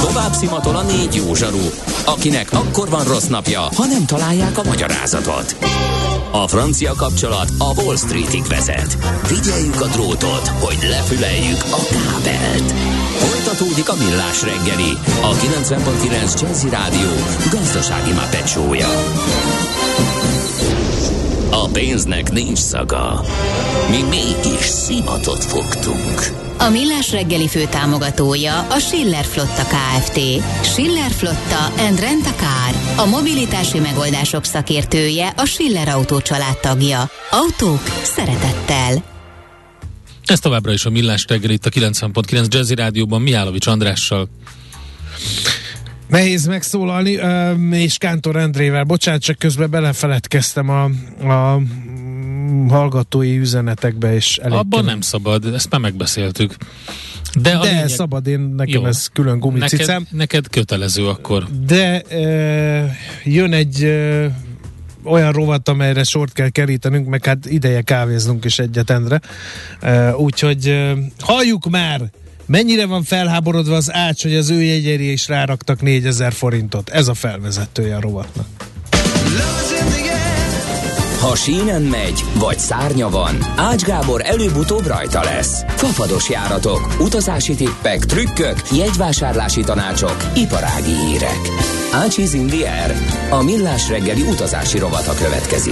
Tovább szimatol a 4 jó zsaru, akinek akkor van rossz napja, ha nem találják a magyarázatot. A francia kapcsolat a Wall Streetig vezet. Figyeljük a drótot, hogy lefüleljük a kábelt. Folytatódik a Millás reggeli, a 90.9 Jazzy Rádió gazdasági mápecsója. A pénznek nincs szaga. Mi mégis szimatot fogtunk. A Millás reggeli főtámogatója a Schiller Flotta Kft. Schiller Flotta and Rent a Car. A mobilitási megoldások szakértője, a Schiller Autó család tagja. Autók szeretettel. Ez továbbra is a Millás reggeli itt a 90.9 Jazzy Rádióban Mihálovics Andrással. Nehéz megszólalni, és Kántor Endrével. Bocsánat, csak közben belefeledkeztem a hallgatói üzenetekbe, és elég... Abban nem szabad, ezt már megbeszéltük. De lényeg... szabad, nekem jó. Ez külön gumicicám. Neked kötelező akkor. De jön egy olyan rovat, amelyre sort kell kerítenünk, meg hát ideje kávéznunk is egyet, Endre. Úgyhogy halljuk már! Mennyire van felháborodva az Ács, hogy az ő jegyére is ráraktak 4000 forintot? Ez a felvezetője a rovatnak. Ha sínen megy, vagy szárnya van, Ács Gábor előbb-utóbb rajta lesz. Fafados járatok, utazási tippek, trükkök, jegyvásárlási tanácsok, iparági hírek. Ácsiz in the air. A Millás reggeli utazási rovata következik.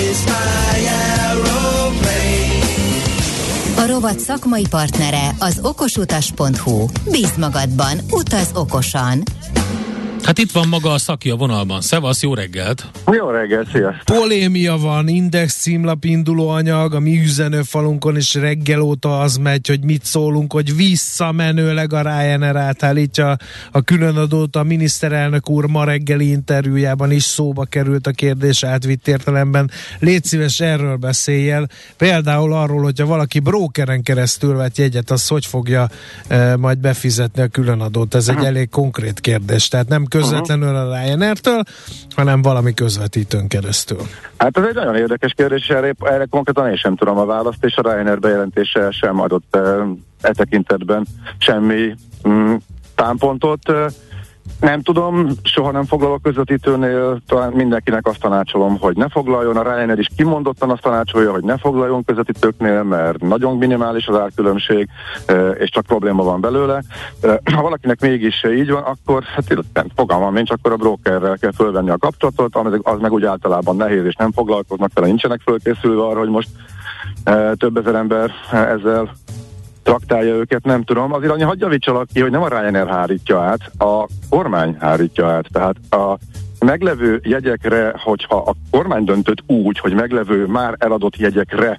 A rovat szakmai partnere az okosutas.hu. Bízz magadban, utaz okosan! Hát itt van maga a Szaki a vonalban. Szevasz, jó reggelt! Jó reggelt, sziasztok! Polémia van, Index címlap induló anyag, a mi üzenőfalunkon is reggel óta az megy, hogy mit szólunk, hogy visszamenőleg a Ryanair átállítja a különadót. A miniszterelnök úr ma reggeli interjújában is szóba került a kérdés átvitt értelemben. Légy szíves, erről beszéljen. Például arról, hogyha valaki brókeren keresztül vett jegyet, az hogy fogja majd befizetni a különadót. Ez egy elég konkrét kérdés. Tehát nem közvetlenül a Ryanair-től, hanem valami közvetítőn keresztül. Hát ez egy nagyon érdekes kérdés, erre konkrétan én sem tudom a választ, és a Ryanair bejelentése sem adott tekintetben semmi támpontot. Nem tudom, soha nem foglalok közvetítőnél, talán mindenkinek azt tanácsolom, hogy ne foglaljon, a Ryanair is kimondottan azt tanácsolja, hogy ne foglaljon közvetítőknél, mert nagyon minimális az árkülönbség, és csak probléma van belőle. Ha valakinek mégis így van, akkor hát fogalmam nincs, akkor a brokerrel kell fölvenni a kapcsolatot, az meg úgy általában nehéz, és nem foglalkoznak vele, nincsenek fölkészülve arra, hogy most több ezer ember ezzel traktálja őket, nem tudom. Azért annyi hadd javítsalak ki, hogy nem a Ryanair hárítja át, a kormány hárítja át. Tehát a meglevő jegyekre, hogyha a kormány döntött úgy, hogy meglevő már eladott jegyekre,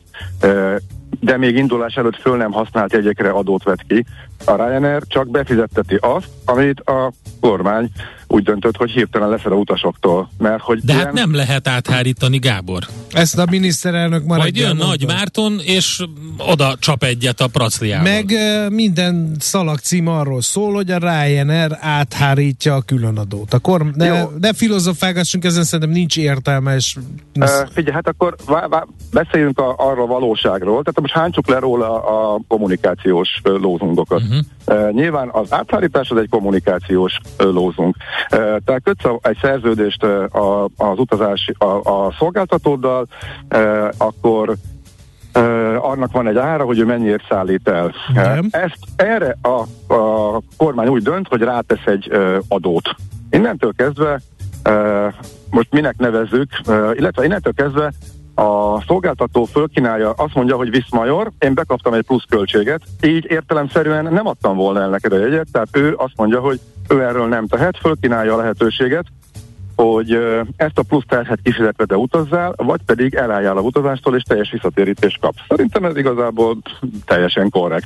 de még indulás előtt föl nem használt jegyekre adót vet ki, a Ryanair csak befizetteti azt, amit a kormány úgy döntött, hogy hirtelen leszed a utasoktól. Mert hogy de hát nem lehet áthárítani, Gábor. Ezt a miniszterelnök már majd jön Nagy Márton, és oda csap egyet a pracliával. Meg minden szalagcím arról szól, hogy a Ryanair áthárítja a különadót. Ne filozofálgassunk, ezen szerintem nincs értelme. És figyelj, hát akkor beszéljünk arról a valóságról. Tehát most hántsuk le róla a kommunikációs lózungokat. Nyilván az áthárítás az egy kommunikációs lózung. Tehát kötsz egy szerződést az utazási a szolgáltatóddal, akkor annak van egy ára, hogy ő mennyiért szállít el. Erre a kormány úgy dönt, hogy rátesz egy adót. Innentől kezdve most minek nevezzük, illetve innentől kezdve a szolgáltató fölkínálja, azt mondja, hogy viszmajor, én bekaptam egy plusz költséget, így értelemszerűen nem adtam volna el neked a jegyet, tehát ő azt mondja, hogy ő erről nem tehet, fölkínálja a lehetőséget, hogy ezt a plusz terhet kifizetve de utazzál, vagy pedig elálljál a utazástól, és teljes visszatérítést kapsz. Szerintem ez igazából teljesen korrekt.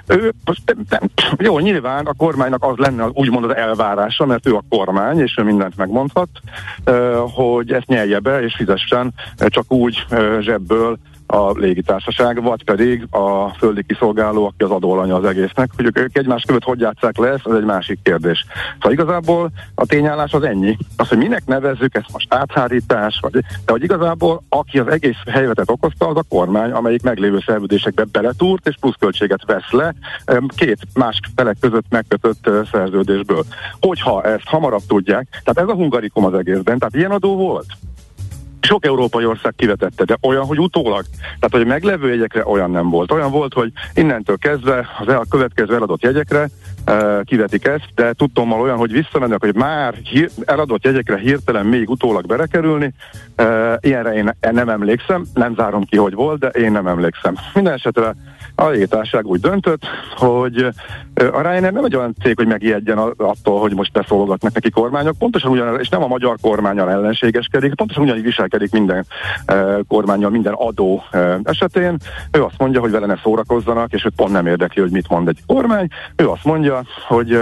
Jó, nyilván a kormánynak az lenne úgymond az elvárása, mert ő a kormány, és ő mindent megmondhat, hogy ezt nyelje be, és fizessen csak úgy zsebből a légitársaság, vagy pedig a földi kiszolgáló, aki az adóalanya az egésznek. Hogy ők egymás között hogy játsszák le, ez egy másik kérdés. Szóval igazából a tényállás az ennyi. Az, hogy minek nevezzük, ez most áthárítás, de hogy igazából aki az egész helyzetet okozta, az a kormány, amelyik meglévő szerződésekbe beletúrt, és pluszköltséget vesz le két más felek között megkötött szerződésből. Hogyha ezt hamarabb tudják, tehát ez a hungarikum az egészben, tehát ilyen adó volt. Sok európai ország kivetette, de olyan, hogy utólag. Tehát, hogy meglevő jegyekre olyan nem volt. Olyan volt, hogy innentől kezdve a következő eladott jegyekre kivetik ezt, de tudtommal olyan, hogy visszamennek, hogy már eladott jegyekre hirtelen még utólag berekerülni. Ilyenre én nem emlékszem, nem zárom ki, hogy volt, de én nem emlékszem. Minden esetre a légitársaság úgy döntött, hogy a Ryanair nem egy olyan cég, hogy megijedjen attól, hogy most beszólogatnak neki kormányok, pontosan ugyanaz, és nem a magyar kormánnyal ellenségeskedik, pontosan ugyanígy viselkedik minden kormánnyal, minden adó esetén. Ő azt mondja, hogy vele ne szórakozzanak, és őt pont nem érdekli, hogy mit mond egy kormány. Ő azt mondja, hogy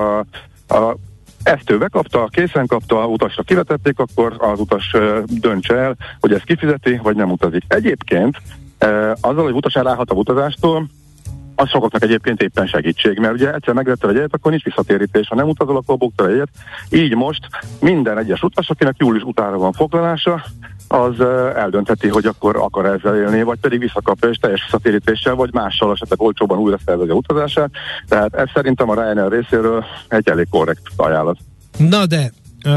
ezt ő bekapta, készen kapta, utasra kivetették, akkor az utas döntse el, hogy ezt kifizeti, vagy nem utazik. Egyébként azzal, hogy utas elállhat a utazástól, az sokaknak egyébként éppen segítség, mert ugye egyszer megvetted a jegyet, akkor nincs visszatérítés, ha nem utazol, akkor buktad a jegyet. Így most minden egyes utas, akinek július utára van foglalása, az eldöntheti, hogy akkor akar ezzel élni, vagy pedig visszakapja és teljes visszatérítéssel, vagy mással esetleg olcsóban újra szervezi a utazását. Tehát ez szerintem a Ryanair részéről egy elég korrekt ajánlat. Na de,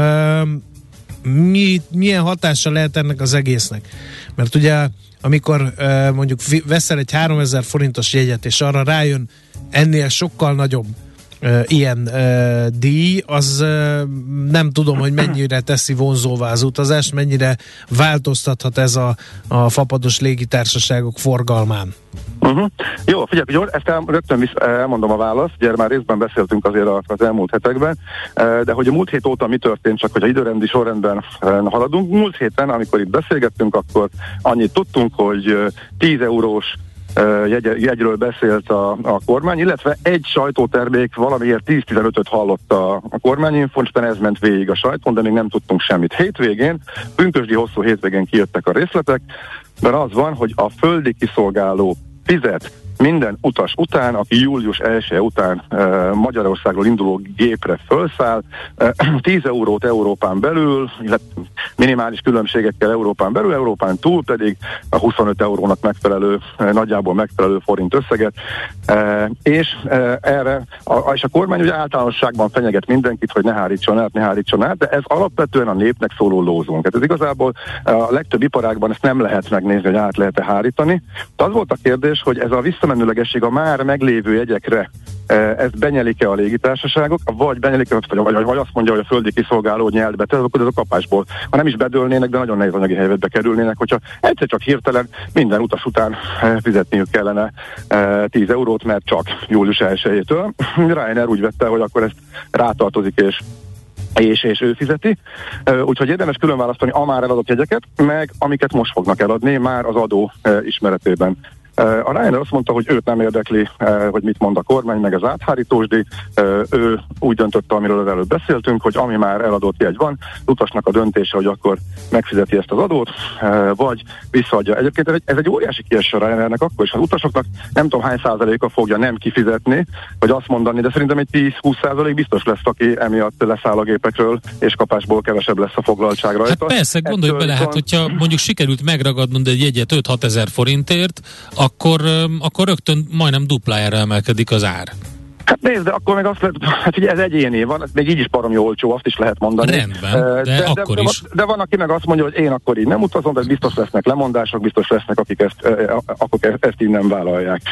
milyen hatása lehet ennek az egésznek? Mert ugye amikor mondjuk veszel egy 3000 forintos jegyet, és arra rájön ennél sokkal nagyobb ilyen díj, az nem tudom, hogy mennyire teszi vonzóvá az utazást, mennyire változtathat ez a fapados légitársaságok forgalmán. Jó, figyelj, ezt rögtön elmondom a választ, ugye már részben beszéltünk azért az elmúlt hetekben, de hogy a múlt hét óta mi történt, csak hogy a időrendi sorrendben haladunk. Múlt héten, amikor itt beszélgettünk, akkor annyit tudtunk, hogy 10 eurós jegyről beszélt a kormány, illetve egy sajtótermék valamiért 10-15-öt hallott a kormányinfon, és ez ment végig a sajtón, de még nem tudtunk semmit. Hétvégén, pünkösdi hosszú hétvégén kijöttek a részletek, mert az van, hogy a földi kiszolgáló fizet minden utas után, aki július 1-e után Magyarországról induló gépre felszáll, 10 eurót Európán belül, illetve minimális különbségekkel Európán belül, Európán túl pedig a 25 eurónak megfelelő, nagyjából megfelelő forint összeget, és erre, és a kormány ugye általánosságban fenyeget mindenkit, hogy ne hárítson át, de ez alapvetően a népnek szóló lózunk. Hát ez igazából a legtöbb iparágban ezt nem lehet megnézni, hogy át lehet-e hárítani. De az volt a kérdés, hogy ez a visszamenőlegesség a már meglévő jegyekre, ezt benyelik-e a légitársaságok, vagy benyelik-e, vagy azt mondja, hogy a földi kiszolgáló nyelt be, akkor ez a kapásból. Ha nem is bedőlnének, de nagyon nehéz anyagi helyzetbe kerülnének, hogyha egyszer csak hirtelen minden utas után fizetniük kellene 10 eurót, mert csak július 1-től. Ryanair úgy vette, hogy akkor ezt rátartozik, és ő fizeti. Úgyhogy érdemes külön választani a már eladott jegyeket, meg amiket most fognak eladni, már az adó ismeretében. A Ryanair azt mondta, hogy őt nem érdekli, hogy mit mond a kormány, meg az áthárítósdíj. Ő úgy döntött, amiről az előbb beszéltünk, hogy ami már eladott jegy van, utasnak a döntése, hogy akkor megfizeti ezt az adót, vagy visszaadja. Egyébként ez egy óriási kieső a Ryanairnek akkor is. Az utasoknak nem tudom hány százaléka fogja nem kifizetni, vagy azt mondani, de szerintem egy 10-20% biztos lesz, aki emiatt leszáll a gépekről, és kapásból kevesebb lesz a foglaltság rajta. Hát persze, gondolj bele, hát hogyha mondjuk sikerült megragadnod egy jegyet 5-6 ezer forintért, akkor rögtön majdnem duplájára emelkedik az ár. Hát nézd, de akkor meg azt lehet, hát ugye ez egyéni van, még így is baromi olcsó, azt is lehet mondani. Rendben, de akkor is. De van, aki meg azt mondja, hogy én akkor így nem utazom, de biztos lesznek lemondások, biztos lesznek, akik ezt így nem vállalják.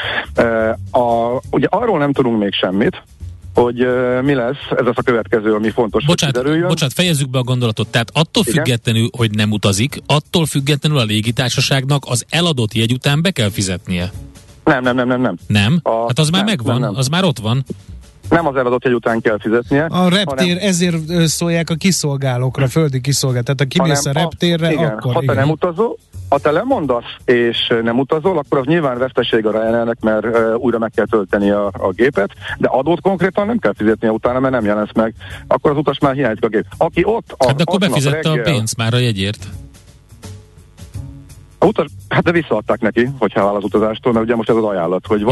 Ugye arról nem tudunk még semmit, hogy mi lesz, ez az a következő, ami fontos, hogy kiderüljön. Bocsánat, fejezzük be a gondolatot. Tehát attól függetlenül, hogy nem utazik, attól függetlenül a légitársaságnak az eladott jegy után be kell fizetnie. Nem. Nem? Hát az már megvan, az már ott van. Nem az eladott jegy után kell fizetnie. A reptér, ezért szólják a kiszolgálókra, földi kiszolgálók. Tehát ha kimész a reptérre, igen, akkor... Ha te nem utazol, ha te lemondasz és nem utazol, akkor az nyilván veszteség a Ryanairnek, mert újra meg kell tölteni a gépet, de adót konkrétan nem kell fizetnie utána, mert nem jelensz meg. Akkor az utas már hiányzik a gép. Aki ott... Hát de akkor befizette a pénzt már a jegyért. Hát de visszaadták neki, hogyha áll az utazástól, mert ugye most ez az ajánlat, hogy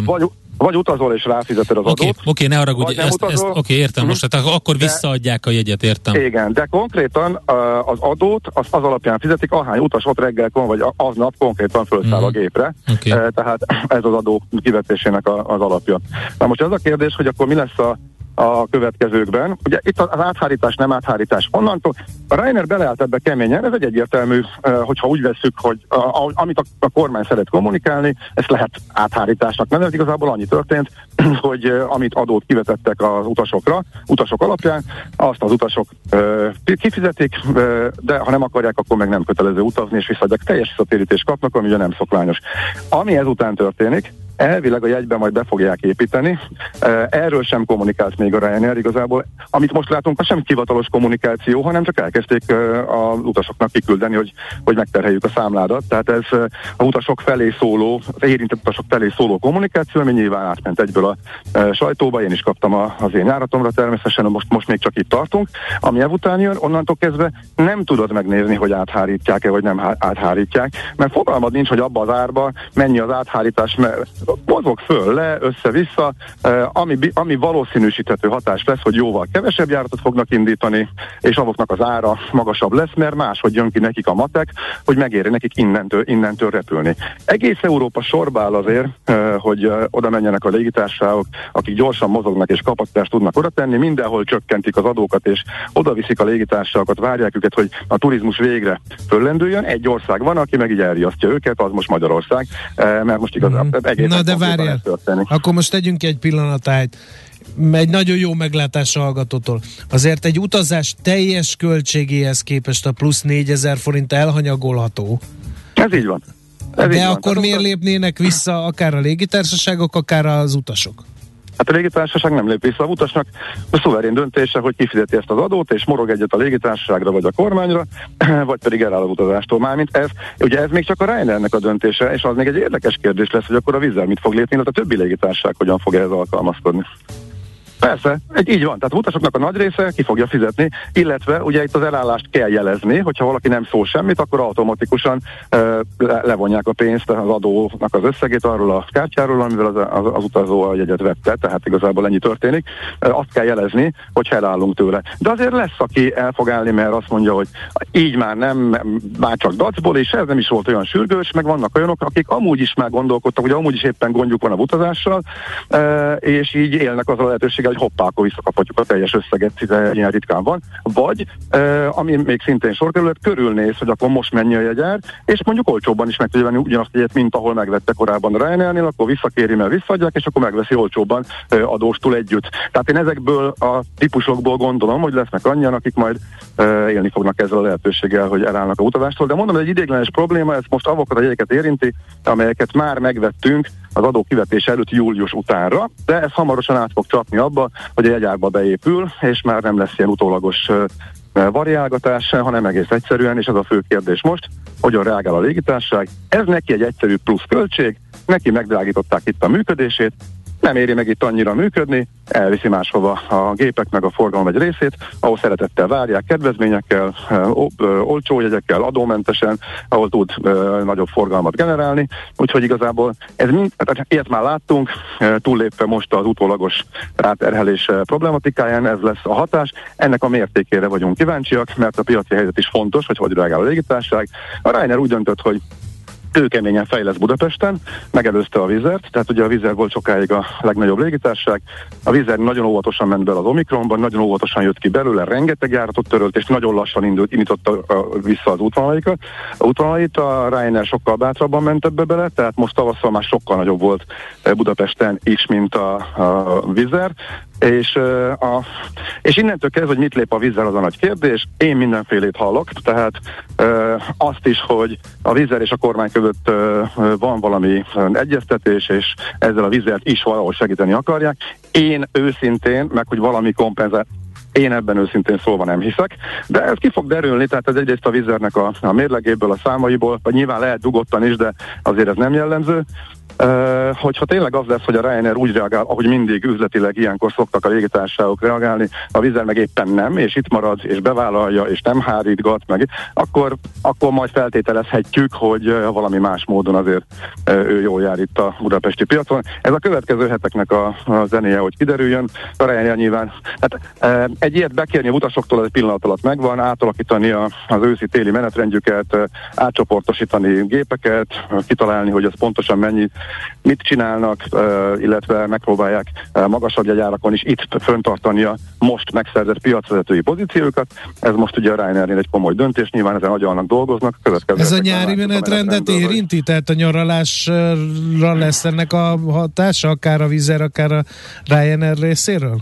vagy utazol és ráfizeted az adót. Oké, ne haragudj, értem most, tehát akkor visszaadják a jegyet, értem. Igen, de konkrétan az adót az alapján fizetik, ahány utas ott reggelkor, vagy aznap konkrétan felszáll a gépre. Tehát ez az adó kivetésének az alapja. Na most ez a kérdés, hogy akkor mi lesz a következőkben. Ugye itt az áthárítás, nem áthárítás. Onnantól a Ryanair beleállt ebbe keményen, ez egy egyértelmű, hogyha úgy vesszük, hogy amit a kormány szeret kommunikálni, ezt lehet áthárításnak nevezni. Igazából annyi történt, hogy amit adót kivetettek az utasok alapján, azt az utasok kifizetik, de ha nem akarják, akkor meg nem kötelező utazni, és teljes visszatérítést kapnak, ami ugye nem szokványos. Ami ezután történik, elvileg a jegyben majd be fogják építeni. Erről sem kommunikált még a Ryanair igazából. Amit most látunk, az sem hivatalos kommunikáció, hanem csak elkezdték az utasoknak kiküldeni, hogy megterheljük a számládat. Tehát ez az utasok felé szóló, az érintett utasok felé szóló kommunikáció, ami nyilván átment egyből a sajtóba. Én is kaptam az én járatomra természetesen, most még csak itt tartunk. Ami ezután jön, onnantól kezdve nem tudod megnézni, hogy áthárítják-e, vagy nem áthárítják, mert fogalmad nincs, hogy abba az árba mennyi az áthárítás, mozog föl, le, össze-vissza, ami valószínűsíthető hatás lesz, hogy jóval kevesebb járatot fognak indítani, és avoknak az ára magasabb lesz, mert máshogy jön ki nekik a matek, hogy megéri nekik innentől repülni. Egész Európa sorba áll azért, hogy oda menjenek a légitársaságok, akik gyorsan mozognak és kapacitást tudnak oda tenni, mindenhol csökkentik az adókat, és oda viszik a légitársaságokat, várják őket, hogy a turizmus végre föllendüljön. Egy ország van, aki meg így elriasztja őket, az most Magyarország, mert most igazából egész. Na de várjál, akkor most tegyünk egy pillanatát. Egy nagyon jó meglátás a hallgatótól. Azért egy utazás teljes költségéhez képest a plusz 4000 forint elhanyagolható. Ez így van. De akkor miért lépnének vissza akár a légitársaságok, akár az utasok? Hát a légitársaság nem lép vissza, a utasnak a szuverén döntése, hogy kifizeti ezt az adót, és morog egyet a légitársaságra vagy a kormányra, vagy pedig eláll az utazástól. Mármint ez még csak a Ryanairnek a döntése, és az még egy érdekes kérdés lesz, hogy akkor a Wizz Air mit fog lépni, illetve a többi légitársaság hogyan fog ehhez alkalmazkodni. Persze, így van. Tehát az utasoknak a nagy része ki fogja fizetni, illetve ugye itt az elállást kell jelezni, hogyha valaki nem szól semmit, akkor automatikusan levonják a pénzt, az adónak az összegét arról a kártyáról, amivel az utazó a jegyet vette, tehát igazából ennyi történik. Azt kell jelezni, hogy elállunk tőle. De azért lesz, aki el fog állni, mert azt mondja, hogy így már nem, már csak dacból, és ez nem is volt olyan sürgős, meg vannak olyanok, akik amúgy is már gondolkodtak, hogy amúgy is éppen gondjuk van a utazással, és így élnek az a lehetőséggel, hogy hoppá, akkor visszakaphatjuk a teljes összeget, ilyen ritkán van. Vagy, ami még szintén sor került, körülnéz, hogy akkor most mennyi a jegyár, és mondjuk olcsóbban is meg tudja venni ugyanazt a jegyet, mint ahol megvette korábban a Ryanairnél, akkor visszakéri, mert visszaadják, és akkor megveszi olcsóbban adóstul együtt. Tehát én ezekből a típusokból gondolom, hogy lesznek annyian, akik majd élni fognak ezzel a lehetőséggel, hogy elállnak a utazástól. De mondom, hogy egy ideiglenes probléma, ez most avokat a jegyeket érinti, amelyeket már megvettünk az adó kivetés előtt július utánra, de ez hamarosan át fog csapni abba, hogy a jegyárba beépül, és már nem lesz ilyen utólagos variálgatás, hanem egész egyszerűen, és az a fő kérdés most, hogyan reagál a légitársaság. Ez neki egy egyszerű plusz költség, neki megdrágították itt a működését, nem éri meg itt annyira működni, elviszi máshova a gépek meg a forgalom egy részét, ahol szeretettel várják, kedvezményekkel, olcsó jegyekkel, adómentesen, ahol tud nagyobb forgalmat generálni. Úgyhogy igazából ilyet már láttunk, túllépve most az utólagos ráterhelés problematikáján, ez lesz a hatás. Ennek a mértékére vagyunk kíváncsiak, mert a piaci helyzet is fontos, hogy reagál a légitársaság. A Ryanair úgy döntött, hogy kőkeményen fejlesz Budapesten, megelőzte a Wizz Air-t, tehát ugye a Wizz Air volt sokáig a legnagyobb légitársaság, a Wizz Air nagyon óvatosan ment bele az Omikronban, nagyon óvatosan jött ki belőle, rengeteg járatot törölt, és nagyon lassan indította vissza az útvonalait, a Ryanair sokkal bátrabban ment ebbe bele, tehát most tavasszal már sokkal nagyobb volt Budapesten is, mint a Wizz Air, és innentől kezdve, hogy mit lép a Wizz Air, az a nagy kérdés. Én mindenfélét hallok, tehát azt is, hogy a Wizz Air és a kormány között van valami egyeztetés, és ezzel a Wizz Air-t is valahol segíteni akarják. Én őszintén, meg hogy valami kompenzál, én ebben őszintén szólva nem hiszek, de ez ki fog derülni, tehát ez egyrészt a Wizz Airnek a mérlegéből, a számaiból, vagy nyilván lehet dugottan is, de azért ez nem jellemző. Hogyha tényleg az lesz, hogy a Ryanair úgy reagál, ahogy mindig üzletileg ilyenkor szoktak a légitársaságok reagálni, a Wizz meg éppen nem, és itt marad, és bevállalja, és nem hárítgat meg, akkor majd feltételezhetjük, hogy valami más módon azért ő jól jár itt a budapesti piacon. Ez a következő heteknek a zenéje, hogy kiderüljön. A Ryanair nyilván, egy ilyet bekérni a utasoktól, egy pillanat alatt megvan, átalakítani az őszi-téli menetrendjüket, átcsoportosítani gépeket, kitalálni, hogy ez pontosan mit csinálnak, illetve megpróbálják magasabb jegyárakon is itt föntartani a most megszerzett piacvezetői pozíciókat. Ez most ugye a Ryanairnél egy komoly döntés, nyilván ezen agyalnak, dolgoznak. Ez a nyári menetrendet érinti? Tehát a nyaralásra lesz ennek a hatása, akár a Wizzair, akár a Ryanair részéről?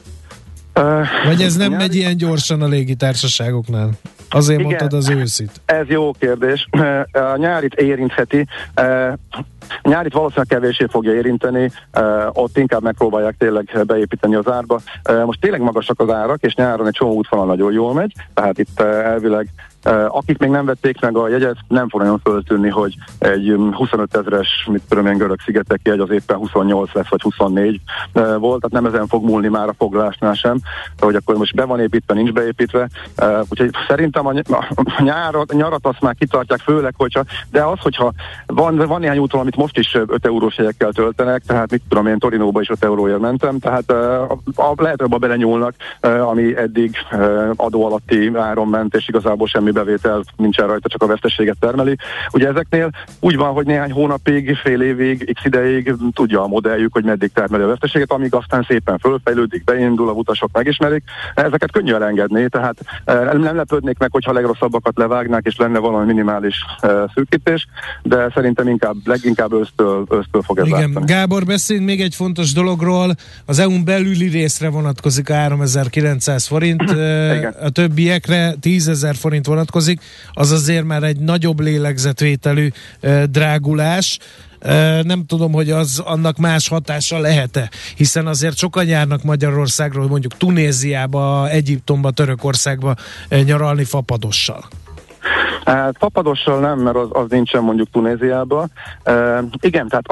Vagy ez nem megy ilyen gyorsan a légitársaságoknál? Azért igen, mondtad az őszit. Ez jó kérdés. A nyárit érintheti. Nyárit valószínűleg kevésbé fogja érinteni, ott inkább megpróbálják tényleg beépíteni az árba. Most tényleg magasak az árak, és nyáron egy csomó útvonal nagyon jól megy, tehát itt elvileg akik még nem vették meg a jegyet, nem fog nagyon föltűnni, hogy egy 25 000-es, Görög-szigeteki jegy az éppen 28 lesz, vagy 24 volt, tehát nem ezen fog múlni már a foglalásnál sem, hogy akkor most be van építve, nincs beépítve, úgyhogy szerintem a nyarat azt már kitartják, főleg, de az, hogyha van néhány úton, amit most is 5 eurós jegyekkel töltenek, tehát én Torinóba is 5 euróért mentem, tehát lehet, hogy belenyúlnak, ami eddig adó alatti áron ment, és igazából semmi bevétel nincsen rajta, csak a veszteséget termeli. Ugye ezeknél úgy van, hogy néhány hónapig, fél évig, x ideig tudja a modelljük, hogy meddig termeli a veszteséget, amíg aztán szépen fölfejlődik, beindul, a utasok megismerik. Ezeket könnyű elengedni, tehát nem lepődnék meg, hogyha a legrosszabbakat levágnák, és lenne valami minimális szűkítés, de szerintem leginkább ősztől fog ez Igen, látni. Gábor, beszéljünk még egy fontos dologról. Az EU-n belüli részre vonatkozik 3900 forint, a többiekre 10 000 forint vonatkozik, az azért már egy nagyobb lélegzetvételű drágulás. Nem tudom, hogy annak más hatása lehet-e, hiszen azért sokan járnak Magyarországról, mondjuk Tunéziába, Egyiptomba, Törökországba nyaralni fapadossal. Fapadossal nem, mert az nincsen mondjuk Tunéziában. Igen, tehát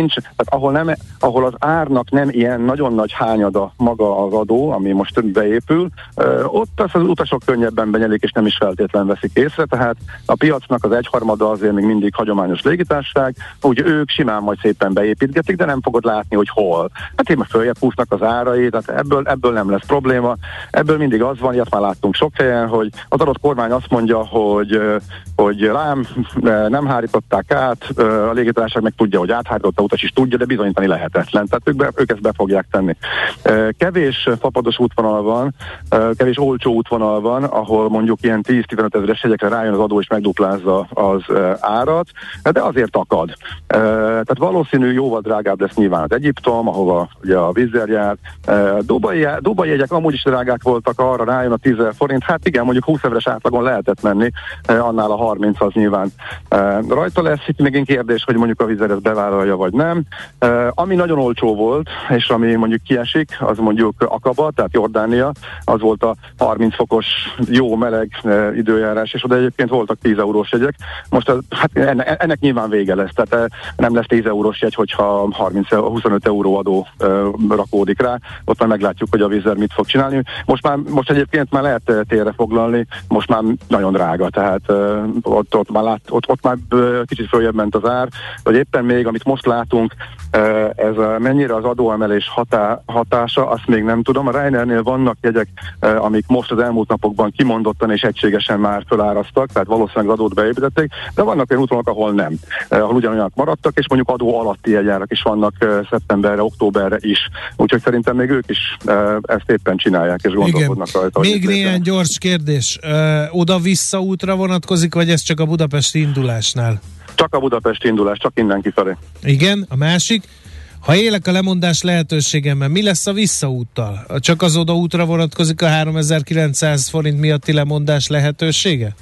ahol az árnak nem ilyen nagyon nagy hányada maga az adó, ami most beépül, ott az utasok könnyebben benyelik, és nem is feltétlen veszik észre, tehát a piacnak az egyharmada azért még mindig hagyományos légitársaság, úgy ők simán majd szépen beépítgetik, de nem fogod látni, hogy hol. Hát én följebb húznak az árai, tehát ebből nem lesz probléma. Ebből mindig az van, ilyet már láttunk sok helyen, hogy az adott kormány azt mondja, hogy rám nem hárították át, a légitársaság meg tudja, hogy áthárította, utas is tudja, de bizonyítani lehetetlen. Tehát ők ezt be fogják tenni. Kevés fapados útvonal van, kevés olcsó útvonal van, ahol mondjuk ilyen 10-15 ezeres jegyekre rájön az adó és megduplázza az árat, de azért akad. Tehát valószínű jóval drágább lesz nyilván az Egyiptom, ahova ugye a Wizzair jár. Dubai jegyek amúgy is drágák voltak, arra rájön a 10 000 forint, hát igen, mondjuk 20 000-es átlagon lehetett menni, annál a 30 az nyilván rajta lesz. Itt megint kérdés, hogy mondjuk a Wizzair ezt bevállalja, vagy nem. Ami nagyon olcsó volt, és ami mondjuk kiesik, az mondjuk Akaba, tehát Jordánia, az volt a 30 fokos jó meleg időjárás, és oda egyébként voltak 10 eurós jegyek. Most ennek nyilván vége lesz, tehát nem lesz 10 eurós jegy, hogyha 25 euró adó rakódik rá, ott már meglátjuk, hogy a Wizzair mit fog csinálni. Most egyébként már lehet térre foglalni, most már nagyon drága, tehát ott már kicsit följebb ment az ár, hogy éppen még, amit most látunk, ez mennyire az adóemelés hatása, azt még nem tudom. A Ryanairnél vannak jegyek, amik most az elmúlt napokban kimondottan és egységesen már föláraztak, tehát valószínűleg az adót beépítették, de vannak olyan útvonalak, ahol nem, ahol ugyanolyanak maradtak, és mondjuk adó alatti jegyárak is vannak szeptemberre, októberre is. Úgyhogy szerintem még ők is ezt éppen csinálják, és gondolkodnak rajta. Még néhány gyors kérdés. Oda-vissza útra vonatkozik, vagy ez csak a budapesti indulásnál? Csak a budapesti indulás, csak innen kifelé. Igen, a másik. Ha élek a lemondás lehetőségemmel, mi lesz a visszaúttal? Csak az odaútra vonatkozik a 3900 forint miatti lemondás lehetősége?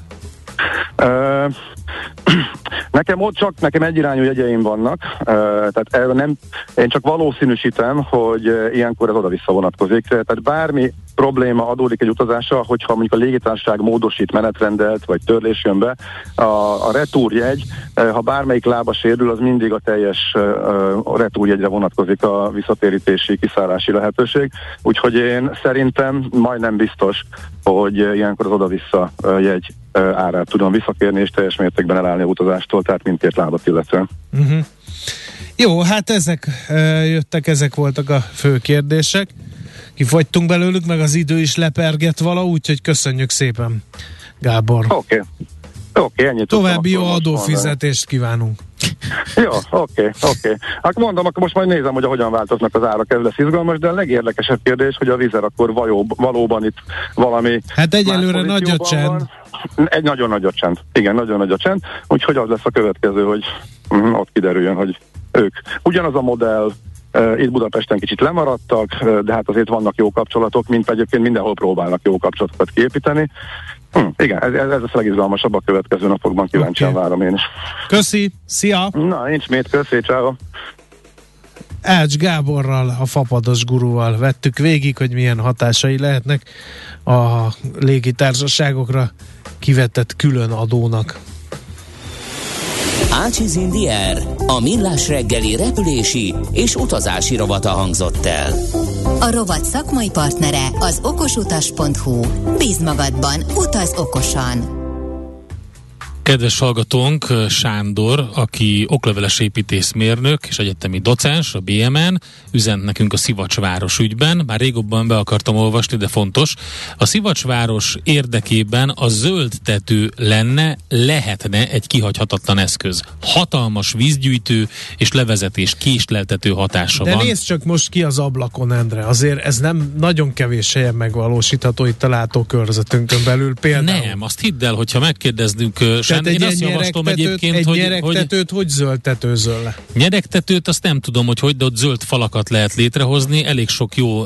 Nekem egyirányú jegyeim vannak, tehát én csak valószínűsítem, hogy ilyenkor ez oda-vissza vonatkozik. Tehát probléma adódik egy utazással, hogyha mondjuk a légitársaság módosít menetrendelt, vagy törlés jön be, a retúrjegy, ha bármelyik lába sérül, az mindig a teljes retúrjegyre vonatkozik a visszatérítési, kiszállási lehetőség. Úgyhogy én szerintem majdnem biztos, hogy ilyenkor az oda-vissza jegy árát tudom visszakérni, és teljes mértékben elállni a utazástól, tehát mindkét lábat illetően. Uh-huh. Jó, hát ezek jöttek, ezek voltak a fő kérdések. Kifogytunk belőlük, meg az idő is leperget vala, úgyhogy köszönjük szépen, Gábor. Oké, ennyit. További jó adófizetést kívánunk. Jó, oké. Hát mondom, akkor most majd nézem, hogy hogyan változnak az árak, ez lesz izgalmas, de a legérdekesebb kérdés, hogy a Wizz akkor valóban itt valami... Hát egyelőre nagy a csend. Egy nagyon nagy a csend. Igen, nagyon nagy a csend. Úgyhogy az lesz a következő, hogy ott kiderüljön, hogy ők ugyanaz a modell, itt Budapesten kicsit lemaradtak, de hát azért vannak jó kapcsolatok, mint egyébként mindenhol próbálnak jó kapcsolatokat kiépíteni. Igen, ez lesz a legizgalmasabb a következő napokban, kíváncsian várom én is. Köszi, szia! Na, nincs mit, köszi, ciao. Ács Gáborral, a fapados gurúval vettük végig, hogy milyen hatásai lehetnek a légitársaságokra kivetett külön adónak. Ácsiz in the Air, a millás reggeli repülési és utazási rovata hangzott el. A rovat szakmai partnere az okosutas.hu. Bízz magadban, utazz okosan! Kedves hallgatónk Sándor, aki okleveles építészmérnök és egyetemi docens a BMN, üzent nekünk a Szivacsváros ügyben. Már régobban be akartam olvasni, de fontos. A Szivacsváros érdekében a zöld tető lehetne egy kihagyhatatlan eszköz. Hatalmas vízgyűjtő és levezetés késleltető hatása de van. De nézd csak most ki az ablakon, Endre. Azért ez nem nagyon kevés helyen megvalósítható itt a látókörzetünkön belül például. Nem, azt hidd el, hogyha megkérdeznünk én azt javaslom egyébként, hogy nyeregtetőt hogy zöldtetőzöl le? Nyeregtetőt azt nem tudom, hogy de ott zöld falakat lehet létrehozni, elég sok jó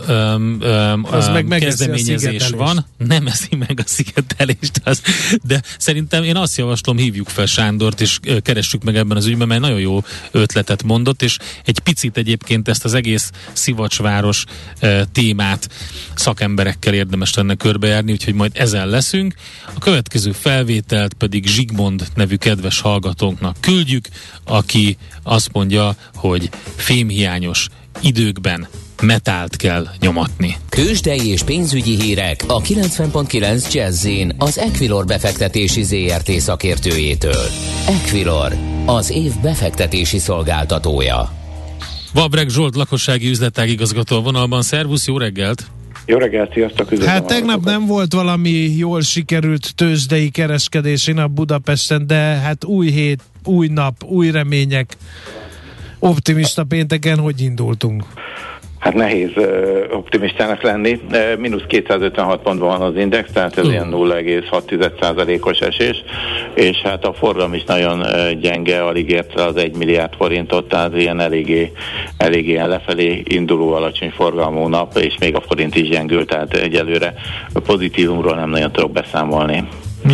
kezdeményezés van. Nem eszi meg a szigetelést, de szerintem én azt javaslom, hívjuk fel Sándort, és keressük meg ebben az ügyben, mert nagyon jó ötletet mondott, és egy picit egyébként ezt az egész Szivacsváros témát szakemberekkel érdemes lenne körbejárni, úgyhogy majd ezen leszünk. A következő felvételt pedig Zsigmond nevű kedves hallgatónknak küldjük, aki azt mondja, hogy fémhiányos időkben metált kell nyomatni. Tőzsdei és pénzügyi hírek a 90.9 Jazz-in az Equilor befektetési ZRT szakértőjétől. Equilor, az év befektetési szolgáltatója. Vabreg Zsolt, lakossági üzletágigazgató a vonalban. Szervusz, jó reggelt! Jó reggelt, sziasztok! Hát tegnap nem volt valami jól sikerült tőzsdei kereskedési nap Budapesten, de hát új hét, új nap, új remények, optimista pénteken hogy indultunk? Hát nehéz optimistának lenni. Mínusz 256 pontban van az index, tehát ez ilyen 0,6%-os esés, és hát a forgalom is nagyon gyenge, alig érte az 1 milliárd forintot, tehát ilyen eléggé lefelé induló alacsony forgalmú nap, és még a forint is gyengül, tehát egyelőre pozitívumról nem nagyon tudok beszámolni.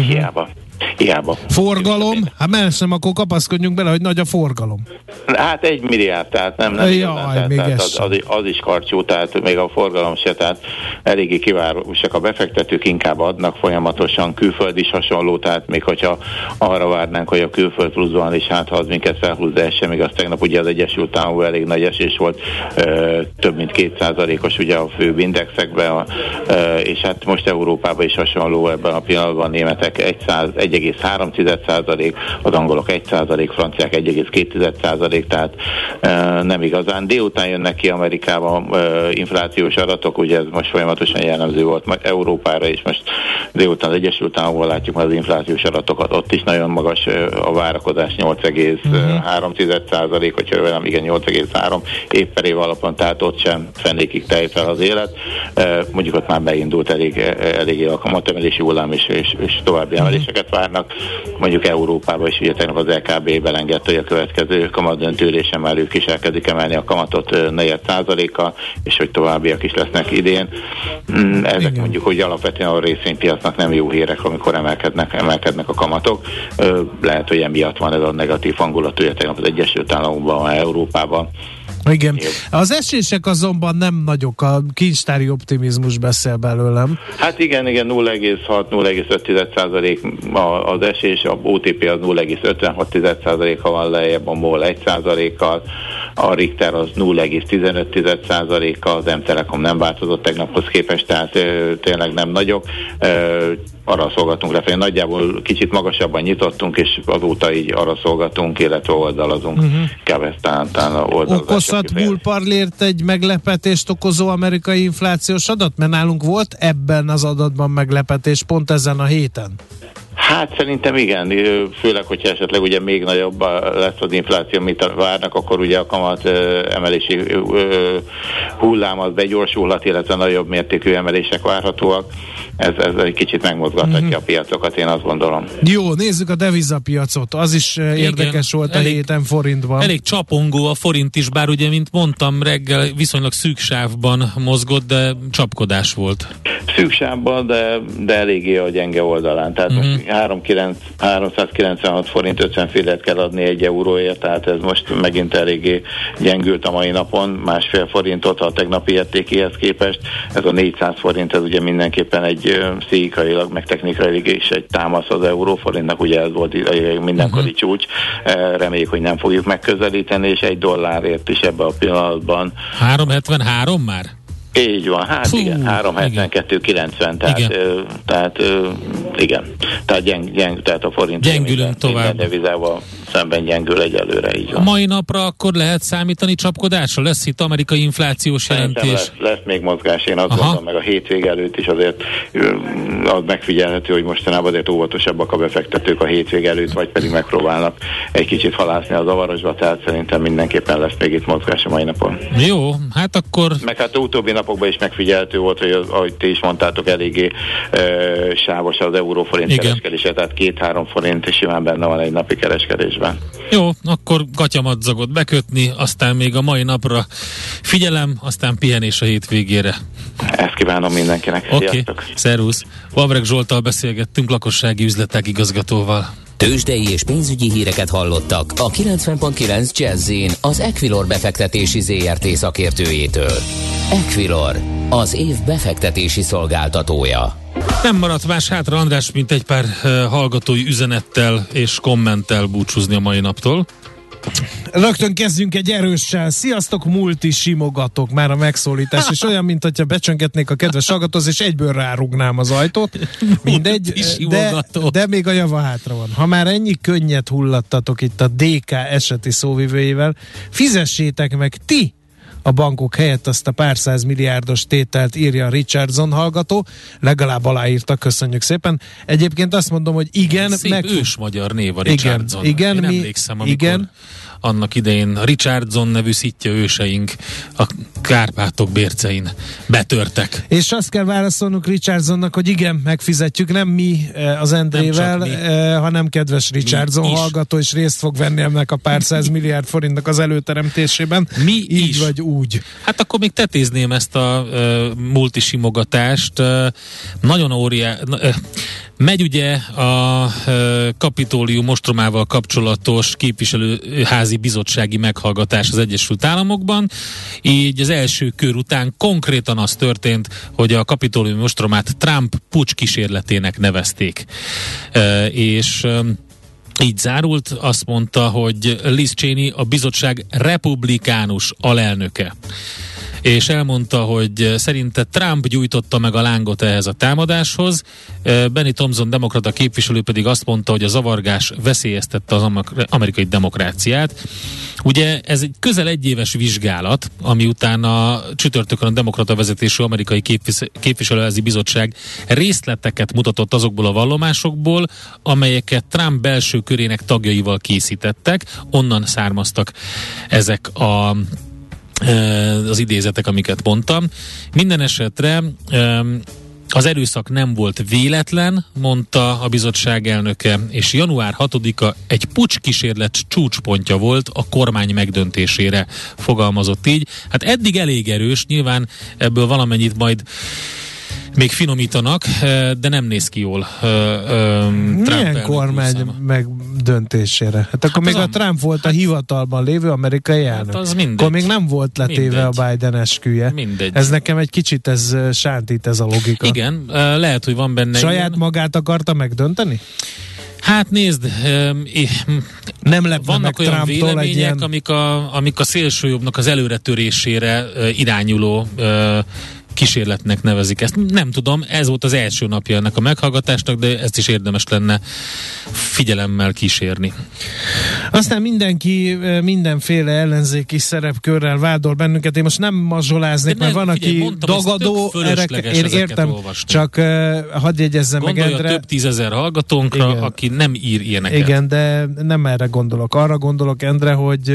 Hiába. Forgalom? Hát mellesem, akkor kapaszkodjunk bele, hogy nagy a forgalom. Hát 1 milliárd, tehát nem jaj, igazán, tehát az is karcsú, tehát még a forgalom se, tehát eléggé kivárósak a befektetők, inkább adnak folyamatosan, külföld is hasonló, tehát még hogyha arra várnánk, hogy a külföld pluszban is, hát ha az minket felhúz, de ez sem igaz. Tegnap ugye az Egyesült Államokban elég nagy esés volt, több mint 2%-os ugye a főbb indexekben, és hát most Európában is hasonló ebben a pillanatban, a németek 1,3%, az angolok 1%, franciák 1,2%, tehát nem igazán. Délután jönnek ki Amerikában inflációs adatok, ugye ez most folyamatosan jellemző volt Európára, és most délután az Egyesült Államokban látjuk már az inflációs adatokat, ott is nagyon magas a várakozás, 8,3%, hogyha velem, igen, 8,3 év per év alapon, tehát ott sem fennékig telj fel az élet. Mondjuk ott már beindult eléggé a kamatemelési hullám, és további emeléseket várnak. Mondjuk Európában is, ugye tegnap az LKB belengedte, hogy a következő kamatdöntőülésen már ők is elkezdik emelni a kamatot 4%-kal, és hogy továbbiak is lesznek idén. Ezek igen. Mondjuk, hogy alapvetően a részvénypiacnak nem jó hírek, amikor emelkednek a kamatok. Lehet, hogy emiatt van ez a negatív hangulatú, tegnap az Egyesült Államokban, Európában. Igen. Az esések azonban nem nagyok, a kincstári optimizmus beszél belőlem. Hát igen, 0,6-0,5% az esés, a OTP az 0,56%-a van lejjebb, a MOL 1%-kal, a Richter az 0,15%-kal, az M-Telekom nem változott tegnaphoz képest, tehát tényleg nem nagyok. Arra szolgatunk lefelé. Nagyjából kicsit magasabban nyitottunk, és azóta így arra szolgatunk, illetve oldalazunk. Kevesztán oldalazások. Okozhat Bullparlért egy meglepetést okozó amerikai inflációs adat? Mert nálunk volt ebben az adatban meglepetés pont ezen a héten. Hát szerintem igen, főleg, hogyha esetleg ugye még nagyobb lesz az infláció, amit várnak, akkor ugye a kamat emelési hullám az begyorsulhat, illetve nagyobb mértékű emelések várhatóak. Ez egy kicsit megmozgathatja a piacokat, én azt gondolom. Jó, nézzük a devizapiacot. Az is érdekes volt a héten forintban. Elég csapongó a forint is, bár ugye, mint mondtam, reggel viszonylag szűk sávban mozgott, de csapkodás volt. Szűk sávban, de eléggé a gyenge oldalán. Tehát most 396 forint 50 fillért kell adni 1 euróért, tehát ez most megint eléggé gyengült a mai napon, 1,5 forintot a tegnapi értékéhez képest. Ez a 400 forint, ez ugye mindenképpen egy pszichikailag, meg technikailag is egy támasz az euróforintnak, ugye ez volt mindenkori csúcs. Reméljük, hogy nem fogjuk megközelíteni, és $1 is ebben a pillanatban. 3,73 már? Így van, hát igen, 3,72,90, tehát igen, tehát a forint gyengülünk tovább. Devizával szemben gyengül egyelőre, így van. A mai napra akkor lehet számítani csapkodásra? Lesz itt amerikai inflációs jelentés? Lesz még mozgás, én azt gondolom, meg a hétvége előtt is azért az megfigyelhető, hogy mostanában azért óvatosabbak a befektetők a hétvége előtt, vagy pedig megpróbálnak egy kicsit halászni a zavarosba, tehát szerintem mindenképpen lesz még itt mozgás a mai napon. Jó, hát akkor... Meg hát utóbbi napokban is megfigyelhető volt, hogy ahogy ti is mondtátok, eléggé sávos az euróforint kereskedése, tehát 2-3 forint is simán benne van egy napi kereskedésben. Jó, akkor gatyamadzagot bekötni, aztán még a mai napra figyelem, aztán pihenés a hétvégére. Ezt kívánom mindenkinek. Oké, szervusz. Vavreg Zsolttal beszélgettünk, lakossági üzletek igazgatóval. Tőzsdei és pénzügyi híreket hallottak a 90.9 Jazz-in az Equilor befektetési ZRT szakértőjétől. Equilor, az év befektetési szolgáltatója. Nem maradt más hátra, András, mint egy pár hallgatói üzenettel és kommenttel búcsúzni a mai naptól. Rögtön kezdjünk egy erőssel. Sziasztok, multisimogatok, már a megszólítás, és olyan, mint hogyha becsöngetnék a kedves hallgatóhoz, és egyből rárúgnám az ajtót. Mindegy, de még a java hátra van. Ha már ennyi könnyet hullattatok itt a DK eseti szóvivőjével, fizessétek meg ti a bankok helyett azt a pár százmilliárdos tételt, írja a Richardson hallgató. Legalább aláírta, köszönjük szépen. Egyébként azt mondom, hogy igen. Szép ős magyar név a Richardson. Igen, én emlékszem, amikor annak idején Richardson nevű szitja őseink a Kárpátok bércein betörtek. És azt kell válaszolnunk Richardsonnak, hogy igen, megfizetjük, nem mi az Endrével, hanem kedves Richardson hallgató, és részt fog venni ennek a pár 100 milliárd forintnak az előteremtésében. Mi így is. vagy úgy. Hát akkor még tetézném ezt a multisimogatást. Nagyon megy ugye a Kapitólium ostromával kapcsolatos képviselőházi bizottsági meghallgatás az Egyesült Államokban. Így az első kör után konkrétan az történt, hogy a Kapitólium ostromát Trump puccs kísérletének nevezték. És így zárult, azt mondta, hogy Liz Cheney a bizottság republikánus alelnöke. És elmondta, hogy szerinte Trump gyújtotta meg a lángot ehhez a támadáshoz. Benny Thompson demokrata képviselő pedig azt mondta, hogy a zavargás veszélyeztette az amerikai demokráciát. Ugye ez egy közel egyéves vizsgálat, ami után a csütörtökön a demokrata vezetésű amerikai képviselőházi bizottság részleteket mutatott azokból a vallomásokból, amelyeket Trump belső körének tagjaival készítettek. Onnan származtak ezek az idézetek, amiket mondtam. Minden esetre az erőszak nem volt véletlen, mondta a bizottság elnöke, és január 6-a egy puccs-kísérlet csúcspontja volt a kormány megdöntésére, fogalmazott így. Hát eddig elég erős, nyilván ebből valamennyit majd még finomítanak, de nem néz ki jól. Milyen kormány meg döntésére? Hát akkor még a Trump volt a hivatalban lévő amerikai elnök. Hát az mindegy. Akkor még nem volt letéve a Biden esküje. Mindegy. Ez nekem egy kicsit sántít ez a logika. Igen, lehet, hogy van benne saját ilyen. Magát akarta megdönteni? Hát nézd, nem lepne vannak meg olyan Trumptól vélemények, egy ilyen... amik a szélsőjobbnak az előretörésére irányuló kísérletnek nevezik ezt. Nem tudom, ez volt az első napja ennek a meghallgatásnak, de ezt is érdemes lenne figyelemmel kísérni. Aztán mindenki mindenféle ellenzéki szerepkörrel vádol bennünket. Én most nem mazsoláznék, mert van, aki dagadó. Én értem, csak hadd jegyezzem meg, Endre. Gondolja több 10 000 hallgatónkra, igen, aki nem ír ilyeneket. Igen, de nem erre gondolok. Arra gondolok, Endre, hogy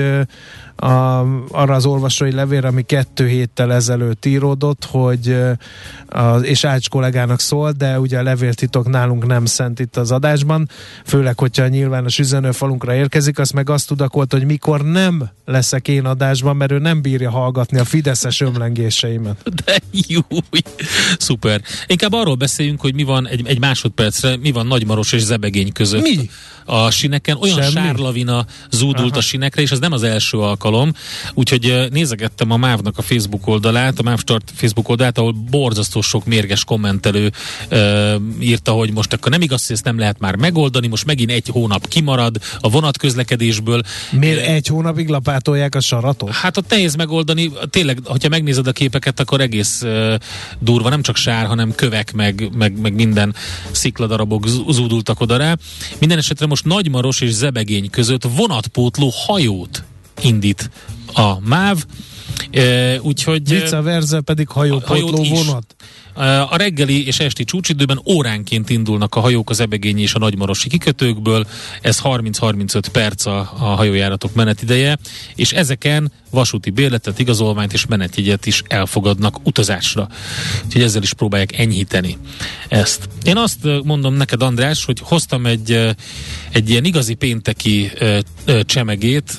arra az olvasói levélre, ami 2 héttel ezelőtt íródott, hogy és Ács kollégának szól, de ugye a levéltitok nálunk nem szent itt az adásban, főleg, hogyha a nyilvános üzenőfalunkra érkezik, az meg azt tudakolt, hogy mikor nem leszek én adásban, mert ő nem bírja hallgatni a fideszes ömlengéseimet. De jó, szuper. Inkább arról beszéljünk, hogy mi van egy másodpercre, mi van Nagymaros és Zebegény között. Mi? A sineken, olyan sárlavina zúdult a sinekre, és ez nem az első alkalom, úgyhogy nézegettem a MÁV-nak a Facebook oldalát, a MÁV Start Facebook oldalát, ahol borzasztó sok mérges kommentelő írta, hogy most akkor nem igaz, hogy ezt nem lehet már megoldani, most megint 1 hónap kimarad a vonatközlekedésből. Miért 1 hónapig lapátolják a saratot? Hát ott nehéz megoldani, tényleg, hogyha megnézed a képeket, akkor egész durva, nem csak sár, hanem kövek, meg minden szikladarabok zúdultak oda rá. Minden esetre most Nagymaros és Zebegény között vonatpótló hajót indít a MÁV, úgyhogy... Vice versa pedig hajópótló vonat. A reggeli és esti csúcsidőben óránként indulnak a hajók az ebegényi és a nagymarosi kikötőkből, ez 30-35 perc a hajójáratok menetideje, és ezeken vasúti bérletet, igazolványt és menetjegyet is elfogadnak utazásra. Úgyhogy ezzel is próbálják enyhíteni ezt. Én azt mondom neked, András, hogy hoztam egy ilyen igazi pénteki csemegét,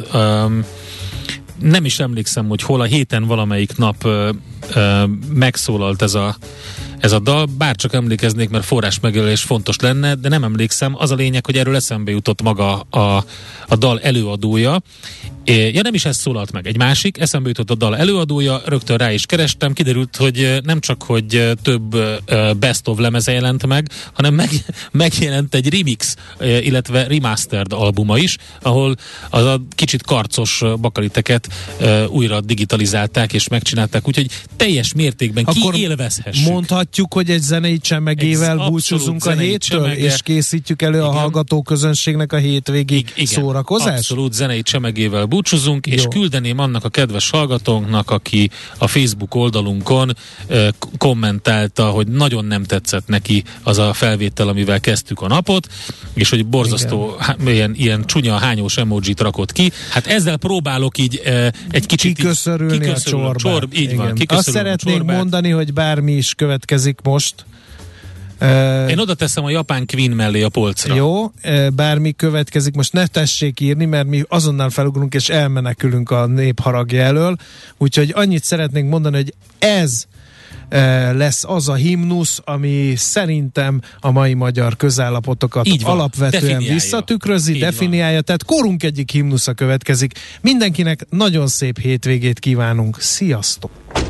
nem is emlékszem, hogy hol, a héten valamelyik nap megszólalt ez a dal, bárcsak emlékeznék, mert forrás megjelölés fontos lenne, de nem emlékszem. Az a lényeg, hogy erről eszembe jutott maga a dal előadója. Ja, nem is ez szólalt meg. Egy másik, eszembe jutott a dal előadója, rögtön rá is kerestem, kiderült, hogy nem csak, hogy több best of lemeze jelent meg, hanem megjelent egy remix, illetve remastered albuma is, ahol az a kicsit karcos bakaliteket újra digitalizálták és megcsinálták, úgyhogy teljes mértékben kiélvezhessük. Mondhatjuk, hogy egy zenei csemegével búcsúzunk a héttől, és készítjük elő a hallgatóközönségnek a hétvégi szórakozást? Abszolút zenei csemegével búcsúzunk, és küldeném annak a kedves hallgatónknak, aki a Facebook oldalunkon kommentálta, hogy nagyon nem tetszett neki az a felvétel, amivel kezdtük a napot, és hogy borzasztó ilyen csúnya hányós emojit rakott ki. Hát ezzel próbálok így egy kicsit kiköszörülni a csorbát. Így van, azt szeretnénk mondani, hogy bármi is következik most. Én oda teszem a japán Queen mellé a polcra. Jó, bármi következik, most ne tessék írni, mert mi azonnal felugrunk és elmenekülünk a népharagja elől, úgyhogy annyit szeretnénk mondani, hogy ez lesz az a himnusz, ami szerintem a mai magyar közállapotokat alapvetően visszatükrözi, definiálja, tehát korunk egyik himnusza következik. Mindenkinek nagyon szép hétvégét kívánunk. Sziasztok!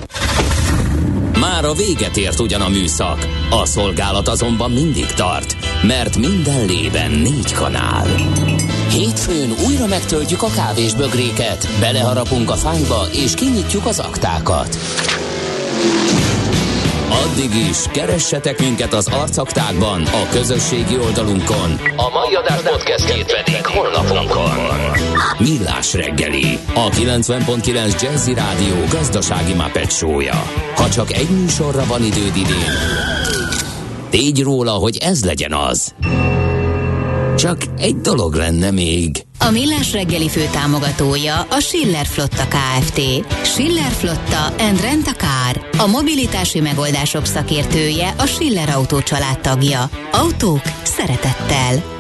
Már a véget ért ugyan a műszak, a szolgálat azonban mindig tart, mert minden lében 4 kanál. Hétfőn újra megtöltjük a kávésbögréket, beleharapunk a fányba és kinyitjuk az aktákat. Addig is keressetek minket az arcaktákban, a közösségi oldalunkon. A mai adás podcastjét pedig honlapunkon. Millás reggeli, a 90.9 Jazzy Rádió gazdasági Muppet show-ja. Ha csak egy műsorra van időd idén, tégy róla, hogy ez legyen az. Csak egy dolog lenne még. A Millás reggeli főtámogatója a Schiller Flotta Kft. Schiller Flotta and Rent a Car. A mobilitási megoldások szakértője, a Schiller Autó család tagja. Autók szeretettel.